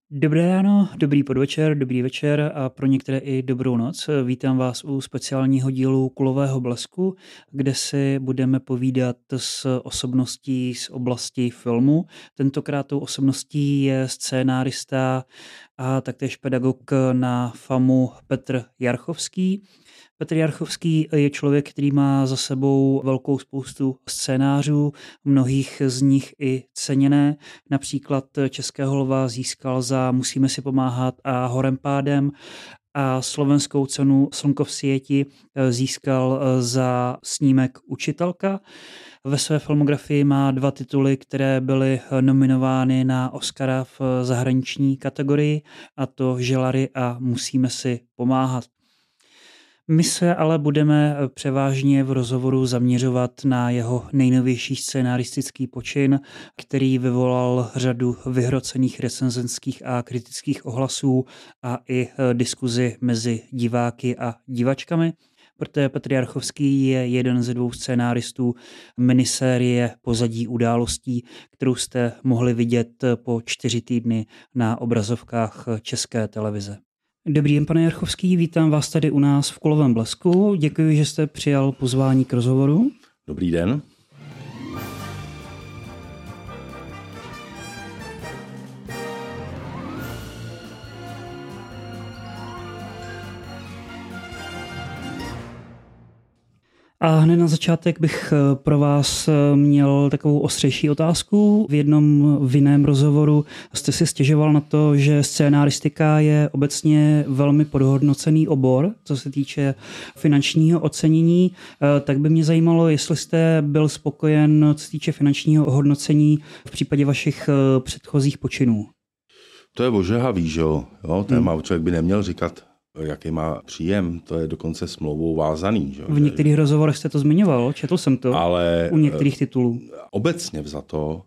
Dobré ráno, dobrý podvečer, dobrý večer a pro některé i dobrou noc. Vítám vás u speciálního dílu Kulového blesku, kde si budeme povídat s osobností z oblasti filmu. Tentokrát tou osobností je scénárista a taktéž pedagog na FAMu Petr Jarchovský. Petr Jarchovský je člověk, který má za sebou velkou spoustu scénářů, mnohých z nich i ceněné. Například Českého lva získal za Musíme si pomáhat a Horem pádem a slovenskou cenu Slnko v sieti získal za snímek Učitelka. Ve své filmografii má 2 tituly, které byly nominovány na Oscara v zahraniční kategorii, a to Želary a Musíme si pomáhat. My se ale budeme převážně v rozhovoru zaměřovat na jeho nejnovější scénaristický počin, který vyvolal řadu vyhrocených recenzentských a kritických ohlasů a i diskuzi mezi diváky a divačkami. Protože Petr Jarchovský je jeden ze 2 scénáristů minisérie Pozadí událostí, kterou jste mohli vidět po 4 týdny na obrazovkách České televize. Dobrý den, pane Jarchovský, vítám vás tady u nás v Kulovém blesku. Děkuji, že jste přijal pozvání k rozhovoru. Dobrý den. A hned na začátek bych pro vás měl takovou ostřejší otázku. V jednom jiném rozhovoru jste si stěžoval na to, že scénáristika je obecně velmi podhodnocený obor, co se týče finančního ocenění. Tak by mě zajímalo, jestli jste byl spokojen, co se týče finančního hodnocení v případě vašich předchozích počinů. To je ožehavý, že jo? Téma člověk by neměl říkat, jaký má příjem, to je dokonce smlouvou vázaný. Že? V některých rozhovorech jste to zmiňoval, četl jsem to, ale u některých titulů. Obecně vzato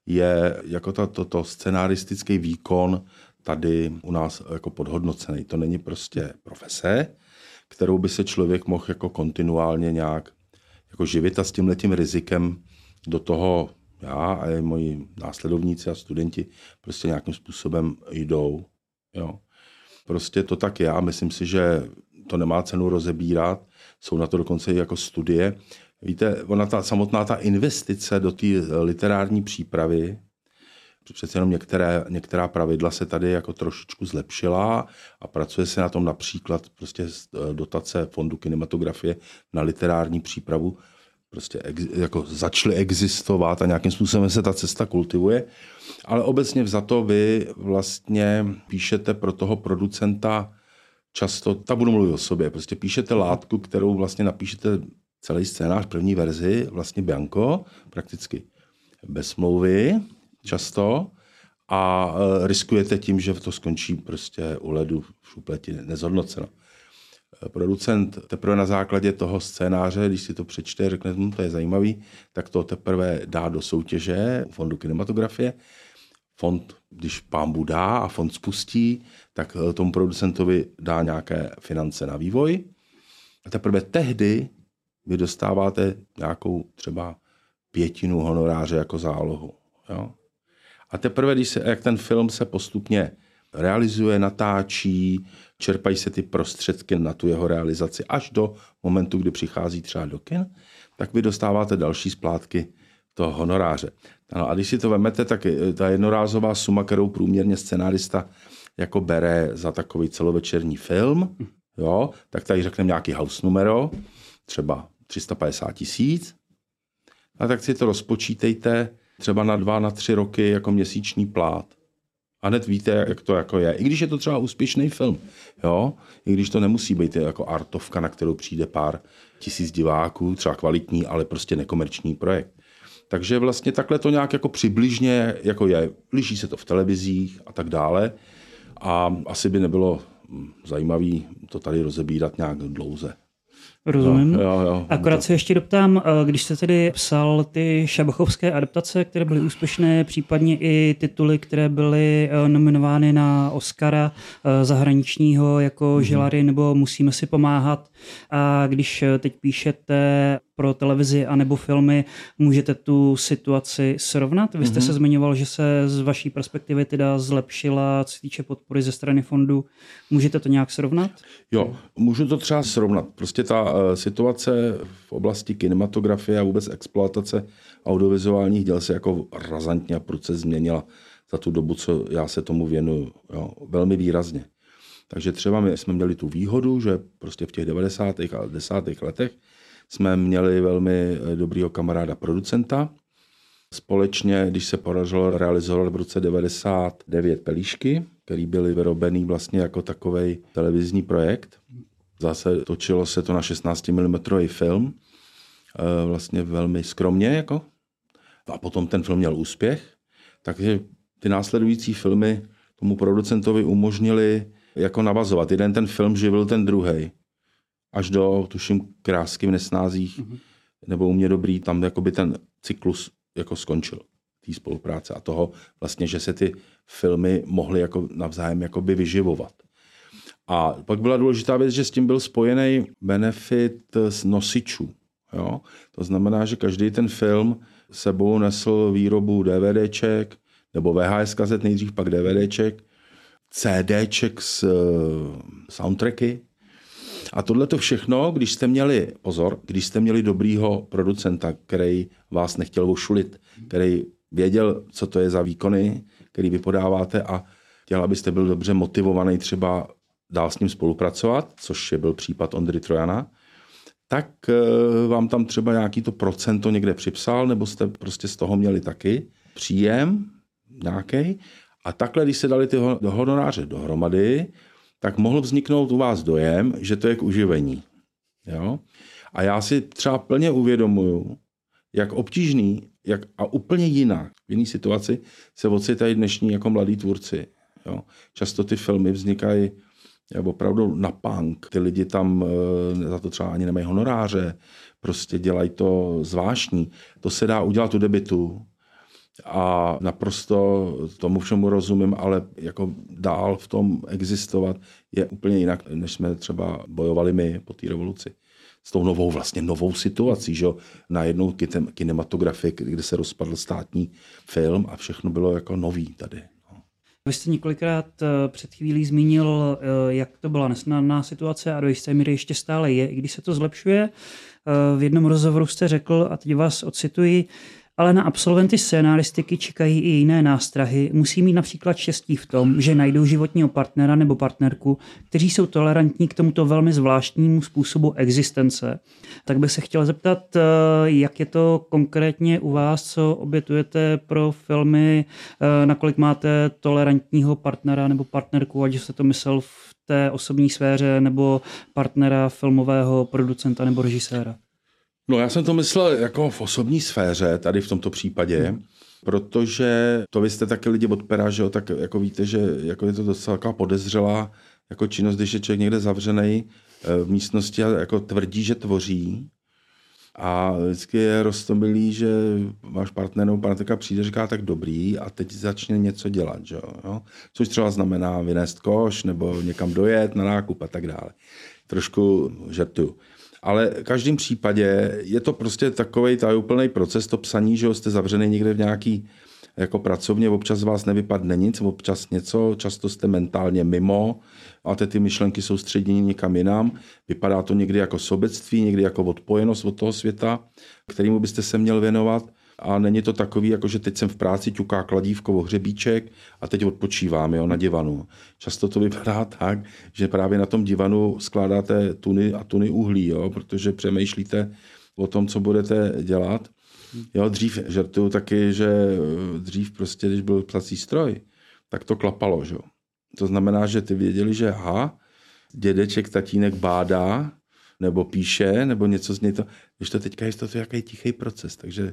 je jako to scenaristický výkon tady u nás jako podhodnocený. To není prostě profese, kterou by se člověk mohl jako kontinuálně nějak jako živit a s tímhletím rizikem do toho já a i moji následovníci a studenti prostě nějakým způsobem jdou. Jo. Prostě to tak je a myslím si, že to nemá cenu rozebírat. Jsou na to dokonce i jako studie. Víte, samotná ta investice do té literární přípravy, přece jenom některá pravidla se tady jako trošičku zlepšila a pracuje se na tom například prostě dotace Fondu kinematografie na literární přípravu prostě jako začaly existovat a nějakým způsobem se ta cesta kultivuje. Ale obecně vzato vy vlastně píšete pro toho producenta často, budu mluvit o sobě, prostě píšete látku, kterou vlastně napíšete celý scénář, první verzi, vlastně bianco, prakticky bez smlouvy často a riskujete tím, že to skončí prostě u ledu v šupleti nezhodnoceno. Producent teprve na základě toho scénáře, když si to přečte, řekne, to je zajímavý, tak to teprve dá do soutěže Fondu kinematografie. Fond, když pánbůh dá a fond spustí, tak tomu producentovi dá nějaké finance na vývoj. A teprve tehdy vy dostáváte nějakou třeba 1/5 honoráře jako zálohu. Jo? A teprve, jak ten film se postupně realizuje, natáčí, čerpají se ty prostředky na tu jeho realizaci až do momentu, kdy přichází třeba do kin, tak vy dostáváte další splátky toho honoráře. Ano, a když si to vemete, tak ta jednorázová suma, kterou průměrně scenárista jako bere za takový celovečerní film, jo, tak tady řekneme nějaký house numero, třeba 350 000. A tak si to rozpočítejte třeba na 2, na 3 roky jako měsíční plát. A hned víte, jak to jako je. I když je to třeba úspěšný film, jo? I když to nemusí být jako artovka, na kterou přijde pár tisíc diváků, třeba kvalitní, ale prostě nekomerční projekt. Takže vlastně takhle to nějak jako přibližně jako je. Liší se to v televizích a tak dále. A asi by nebylo zajímavý to tady rozebírat nějak dlouze. Rozumím. Jo, Akorát se ještě doptám, když jste tedy psal ty šabachovské adaptace, které byly úspěšné, případně i tituly, které byly nominovány na Oscara zahraničního, jako Žilary nebo Musíme si pomáhat. A když teď píšete pro televizi anebo filmy, můžete tu situaci srovnat? Vy jste se zmiňoval, že se z vaší perspektivy teda zlepšila, co se týče podpory ze strany fondu. Můžete to nějak srovnat? Jo, můžu to třeba srovnat. Prostě ta situace v oblasti kinematografie a vůbec exploatace audiovizuálních děl se jako razantně a prudce změnila za tu dobu, co já se tomu věnuju. Jo, velmi výrazně. Takže třeba my jsme měli tu výhodu, že prostě v těch 90. a 10. letech jsme měli velmi dobrýho kamaráda producenta. Společně, když se podařilo realizovat v roce 99 Pelíšky, který byly vyrobený vlastně jako takovej televizní projekt. Zase točilo se to na 16 mm film, vlastně velmi skromně jako. A potom ten film měl úspěch. Takže ty následující filmy tomu producentovi umožnili jako navazovat. Jeden ten film živil ten druhej. Až do, tuším, Krásky v nesnázích, nebo U mě dobrý, tam jakoby ten cyklus jako skončil, té spolupráce a toho vlastně, že se ty filmy mohly jako navzájem jakoby vyživovat. A pak byla důležitá věc, že s tím byl spojený benefit z nosičů. Jo? To znamená, že každý ten film sebou nesl výrobu DVDček, nebo VHS kazet nejdřív, pak DVDček, CDček s soundtracky. A tohle to všechno, když jste měli dobrýho producenta, který vás nechtěl ošulit, který věděl, co to je za výkony, který vy podáváte a chtěl, abyste byl dobře motivovaný třeba dál s ním spolupracovat, což byl případ Ondry Trojana, tak vám tam třeba nějaký to procento někde připsal, nebo jste prostě z toho měli taky příjem nějaký. A takhle, když se dali ty honoráře dohromady, tak mohl vzniknout u vás dojem, že to je k uživení. Jo? A já si třeba plně uvědomuju, jak obtížný a úplně jinak v jiné situaci se ocitají dnešní jako mladí tvůrci. Jo? Často ty filmy vznikají opravdu na punk. Ty lidi tam za to třeba ani nemají honoráře, prostě dělají to zvláštní. To se dá udělat u debutu a naprosto tomu všemu rozumím, ale jako dál v tom existovat je úplně jinak, než jsme třeba bojovali my po té revoluci. S tou novou situací, že najednou kinematografie, kde se rozpadl státní film a všechno bylo jako nový tady. Vy jste několikrát před chvílí zmínil, jak to byla nesnadná situace a do jisté míry ještě stále je, i když se to zlepšuje. V jednom rozhovoru jste řekl, a teď vás ocituji, ale na absolventy scénaristiky čekají i jiné nástrahy. Musí mít například štěstí v tom, že najdou životního partnera nebo partnerku, kteří jsou tolerantní k tomuto velmi zvláštnímu způsobu existence. Tak bych se chtěl zeptat, jak je to konkrétně u vás, co obětujete pro filmy, nakolik máte tolerantního partnera nebo partnerku, ať jste to myslel v té osobní sféře, nebo partnera filmového producenta nebo režiséra. No já jsem to myslel jako v osobní sféře, tady v tomto případě, protože to vy jste taky lidi od pera, že jo, tak jako víte, že jako je to docela taková podezřelá jako činnost, když je člověk někde zavřený v místnosti a jako tvrdí, že tvoří. A vždycky je roztomilý, že váš partner nebo partnerka přijde, říká tak dobrý a teď začne něco dělat, že jo. Což třeba znamená vynést koš nebo někam dojet na nákup a tak dále. Trošku žertuju. Ale v každém případě je to prostě takovej tajuplný proces, to psaní, že jste zavřený někde v nějaký jako pracovně, občas z vás nevypadne nic, občas něco, často jste mentálně mimo a ty myšlenky jsou středěny někam jinam. Vypadá to někdy jako sobectví, někdy jako odpojenost od toho světa, kterému byste se měl věnovat. A není to takový, jako že teď jsem v práci, ťuká kladívko, hřebíček a teď odpočívám, jo, na divanu. Často to vypadá tak, že právě na tom divanu skládáte tuny a tuny uhlí, jo, protože přemýšlíte o tom, co budete dělat. Jo, dřív žertuju taky, že dřív prostě, když byl psací stroj, tak to klapalo, že? To znamená, že ty věděli, že dědeček, tatínek bádá, nebo píše, nebo něco z něj to, když to teďka je to jaký tichý proces, takže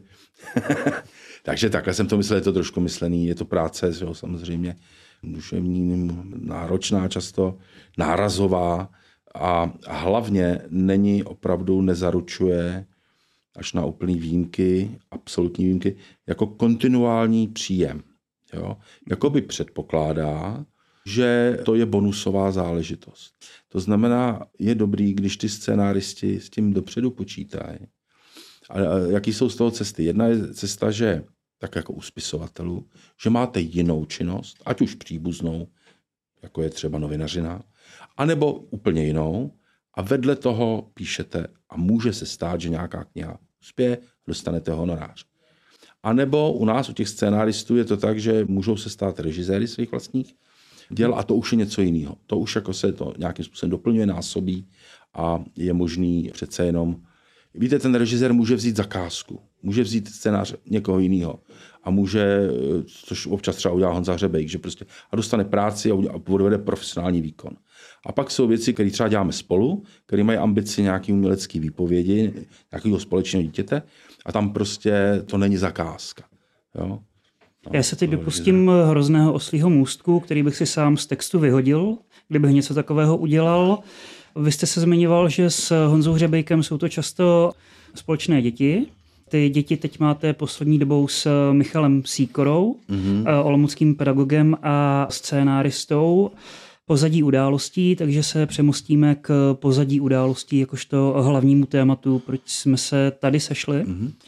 takže takhle jsem to myslel, je to trošku myslený, je to práce, že jo, samozřejmě duševní, náročná často, nárazová a hlavně opravdu nezaručuje až na úplný výjimky, absolutní výjimky, jako kontinuální příjem. Jo? Jakoby předpokládá, že to je bonusová záležitost. To znamená, je dobrý, když ty scénáristi s tím dopředu počítají. A jaký jsou z toho cesty? Jedna je cesta, že tak jako u spisovatelů, že máte jinou činnost, ať už příbuznou, jako je třeba novinařina, anebo úplně jinou, a vedle toho píšete a může se stát, že nějaká kniha uspěje, dostanete honorář. A nebo u nás, u těch scénáristů, je to tak, že můžou se stát režiséry svých vlastních děl a to už je něco jiného. To už jako se to nějakým způsobem doplňuje, násobí a je možný přece jenom. Víte, ten režisér může vzít zakázku, může vzít scénář někoho jiného a může, což občas třeba udělá Honza Hřebejk, že prostě a dostane práci a podvede profesionální výkon. A pak jsou věci, které třeba děláme spolu, které mají ambici nějaký umělecký výpovědi, nějakého společného dítěte a tam prostě to není zakázka. Jo? No, já se teď dopustím hrozného oslího můstku, který bych si sám z textu vyhodil, kdybych něco takového udělal. Vy jste se zmiňoval, že s Honzou Hřebejkem jsou to často společné děti. Ty děti teď máte poslední dobou s Michalem Sýkorou, olomouckým pedagogem a scénáristou Pozadí událostí, takže se přemostíme k pozadí událostí jakožto hlavnímu tématu, proč jsme se tady sešli.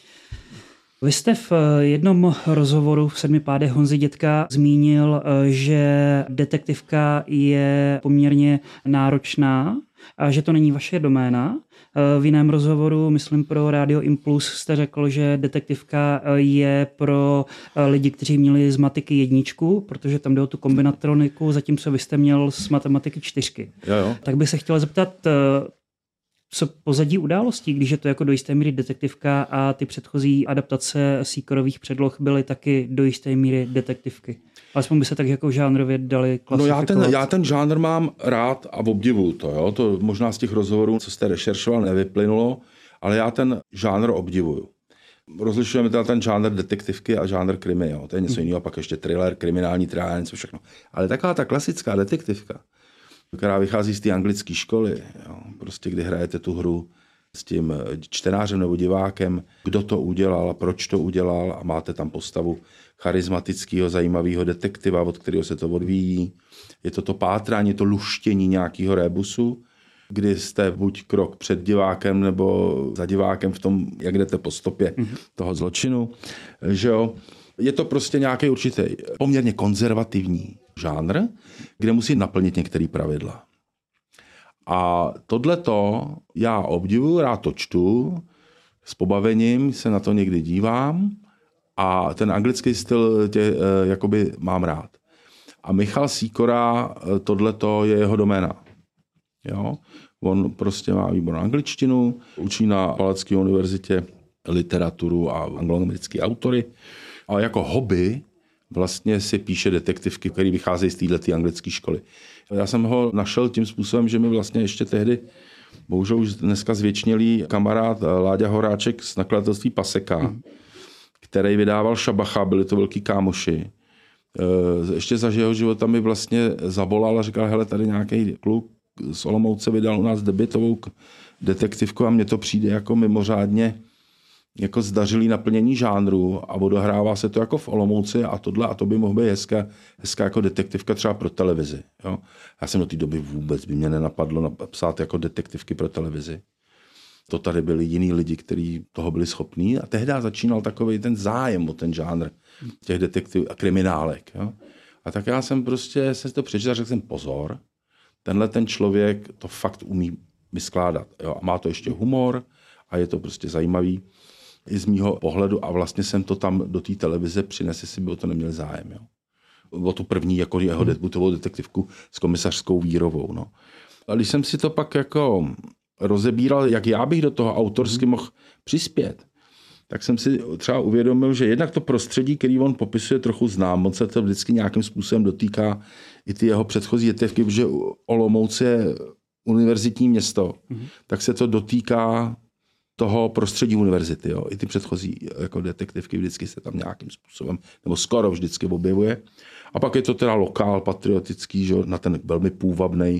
Vy jste v jednom rozhovoru v 7 pádech Honzy Dětka zmínil, že detektivka je poměrně náročná a že to není vaše doména. V jiném rozhovoru, myslím pro Radio Impuls, jste řekl, že detektivka je pro lidi, kteří měli z matiky 1, protože tam jde o tu kombinatroniku, zatímco vy jste měl z matematiky 4. Jo. Tak bych se chtěl zeptat, co pozadí událostí, když je to jako do jisté míry detektivka a ty předchozí adaptace Sýkorových předloh byly taky do jisté míry detektivky. Alespoň by se tak jako žánrově dali klasifikovat. No já ten žánr mám rád a obdivuju to. Jo? To možná z těch rozhovorů, co jste rešeršoval, nevyplynulo, ale já ten žánr obdivuju. Rozlišujeme teda ten žánr detektivky a žánr krimi. Jo? To je něco jiného, pak ještě thriller, kriminální thriller, něco všechno. Ale taková ta klasická detektivka, která vychází z té anglické školy, jo? Prostě kdy hrajete tu hru s tím čtenářem nebo divákem, kdo to udělal a proč to udělal a máte tam postavu charismatického, zajímavého detektiva, od kterého se to odvíjí. Je to pátrání, je to luštění nějakého rébusu, kdy jste buď krok před divákem nebo za divákem v tom, jak jdete po stopě toho zločinu. Že jo? Je to prostě nějaký určitý poměrně konzervativní žánr, kde musí naplnit některé pravidla. A tohleto já obdivuju, rád to čtu, s pobavením se na to někdy dívám a ten anglický styl jakoby mám rád. A Michal Sýkora, tohleto je jeho doména. Jo? On prostě má výbornou angličtinu, učí na Palacké univerzitě literaturu a angloamerické autory. A jako hobby vlastně si píše detektivky, které vycházejí z této anglické školy. Já jsem ho našel tím způsobem, že mi vlastně ještě tehdy, bohužel už dneska zvěčnělý kamarád Láďa Horáček z nakladatelství Paseka, který vydával Šabacha, byli to velký kámoši. Ještě za jeho života mi vlastně zavolal a říkal, hele, tady nějaký kluk z Olomouce vydal u nás debutovou detektivku a mně to přijde jako mimořádně jako zdařilý naplnění žánru a odehrává se to jako v Olomouci a tohle a to by mohlo být hezká jako detektivka třeba pro televizi. Jo? Já jsem do té doby vůbec by mě nenapadlo napsat jako detektivky pro televizi. To tady byli jiní lidi, kteří toho byli schopní a tehdy začínal takový ten zájem o ten žánr těch detektiv a kriminálek. Jo? A tak já jsem prostě se to přečetl a řekl jsem pozor, tenhle ten člověk to fakt umí vyskládat. Jo? A má to ještě humor a je to prostě zajímavý i z mýho pohledu a vlastně jsem to tam do té televize přinesl, jestli by o to neměl zájem. Jo? O tu první jako jeho debutovou detektivku s komisařskou Vírovou. No. A když jsem si to pak jako rozebíral, jak já bych do toho autorsky mohl přispět, tak jsem si třeba uvědomil, že jednak to prostředí, který on popisuje, trochu znám. On se to vždycky nějakým způsobem dotýká i ty jeho předchozí detektivky, protože Olomouc je univerzitní město, tak se to dotýká toho prostředí univerzity. Jo. I ty předchozí jako detektivky vždycky se tam nějakým způsobem, nebo skoro vždycky objevuje. A pak je to teda lokál patriotický, že, na ten velmi půvabnej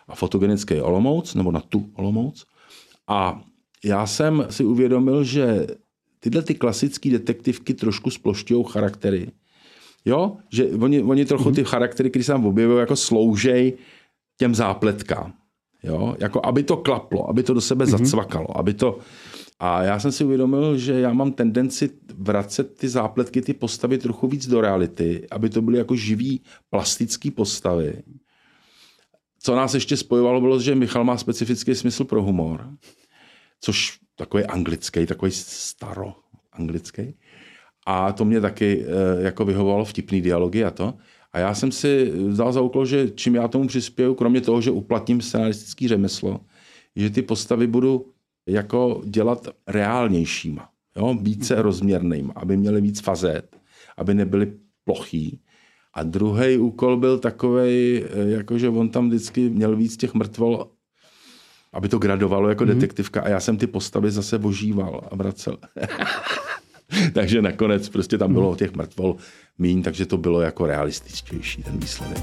a fotogenický Olomouc, nebo na tu Olomouc. A já jsem si uvědomil, že tyhle ty klasické detektivky trošku splošťují charaktery. Jo? Že oni trochu ty charaktery, které se tam objevují, jako sloužej těm zápletkám. Jo? Jako aby to klaplo, aby to do sebe zacvakalo, aby to... A já jsem si uvědomil, že já mám tendenci vracet ty zápletky, ty postavy trochu víc do reality, aby to byly jako živý plastický postavy. Co nás ještě spojovalo, bylo, že Michal má specifický smysl pro humor, což takový anglický, takový staroanglický. A to mě taky jako vyhovovalo, vtipný dialogy a to. A já jsem si dal za úkol, že čím já tomu přispěju, kromě toho, že uplatním scenaristický řemeslo, že ty postavy budu jako dělat reálnějšíma, jo? Více rozměrnýma, aby měly víc fazet, aby nebyly plochý. A druhý úkol byl takovej, jakože on tam vždycky měl víc těch mrtvol, aby to gradovalo jako detektivka a já jsem ty postavy zase ožíval a vracel. Takže nakonec prostě tam bylo těch mrtvol míň, takže to bylo jako realističtější ten výsledek.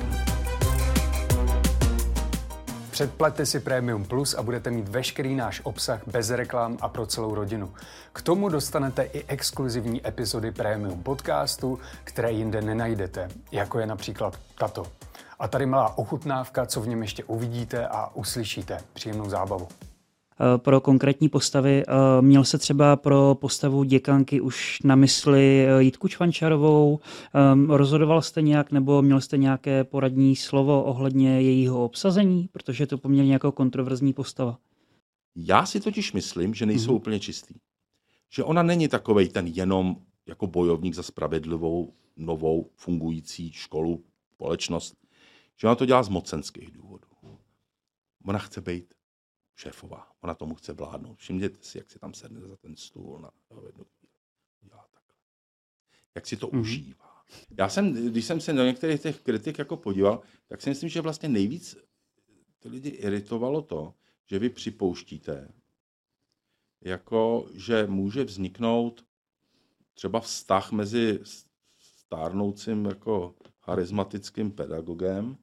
Předplaťte si Premium Plus a budete mít veškerý náš obsah bez reklam a pro celou rodinu. K tomu dostanete i exkluzivní epizody Premium podcastu, které jinde nenajdete, jako je například tato. A tady malá ochutnávka, co v něm ještě uvidíte a uslyšíte. Příjemnou zábavu. Pro konkrétní postavy měl se třeba pro postavu děkanky už na mysli Jitku Čvančarovou? Rozhodoval jste nějak nebo měl jste nějaké poradní slovo ohledně jejího obsazení? Protože je to poměrně jako kontroverzní postava. Já si totiž myslím, že nejsou úplně čistý. Že ona není takovej ten jenom jako bojovník za spravedlivou, novou, fungující školu, společnost. Že ona to dělá z mocenských důvodů. Ona chce být šéfová. Ona tomu chce vládnout. Všimněte si, jak si tam sedne za ten stůl na jednu chvíli. Dělá takhle. Jak si to užívá. Když jsem se do některých těch kritik jako podíval, tak si myslím, že vlastně nejvíc ty lidi iritovalo to, že vy připouštíte, jako, že může vzniknout třeba vztah mezi stárnoucím jako charismatickým pedagogem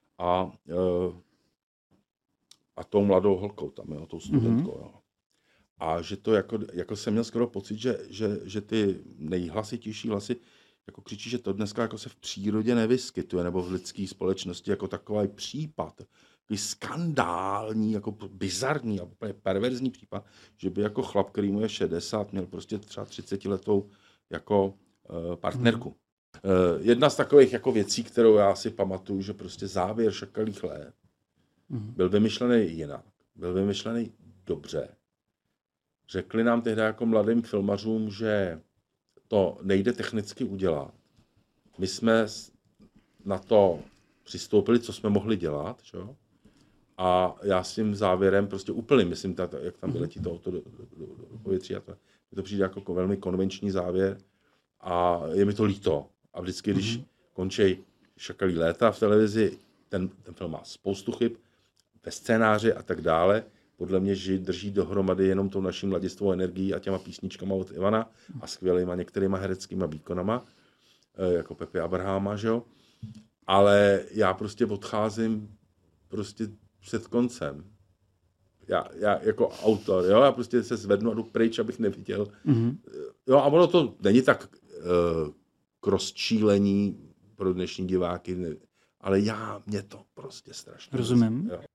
a tou mladou holkou tam, jo, tou studentkou. Jo. A že to jako jsem měl skoro pocit, že ty nejhlasitější hlasy jako křičí, že to dneska jako se v přírodě nevyskytuje, nebo v lidské společnosti jako takový případ, takový skandální, jako bizarní a úplně perverzní případ, že by jako chlap, který mu je 60, měl prostě třeba 30letou jako partnerku. Jedna z takových jako věcí, kterou já si pamatuju, že prostě závěr Šakalích let byl vymyšlený jinak. Byl vymyšlený dobře. Řekli nám tehdy jako mladým filmařům, že to nejde technicky udělat. My jsme na to přistoupili, co jsme mohli dělat. Že? A já s tím závěrem prostě úplně myslím, jak tam vyletí to auto do povětří. A to přijde jako velmi konvenční závěr. A je mi to líto. A vždycky, když končí Šakalí léta v televizi, ten film má spoustu chyb ve scénáři a tak dále. Podle mě drží dohromady jenom tou naší mladistvou energií a těma písničkama od Ivana a skvělýma některýma hereckýma výkonama, jako Pepi Abrahama, že jo. Ale já prostě odcházím prostě před koncem. Já jako autor, jo, já prostě se zvednu a jdu pryč, abych neviděl. Jo, a ono to není tak k rozčílení pro dnešní diváky, ale mě to prostě strašně. Rozumím. Jo.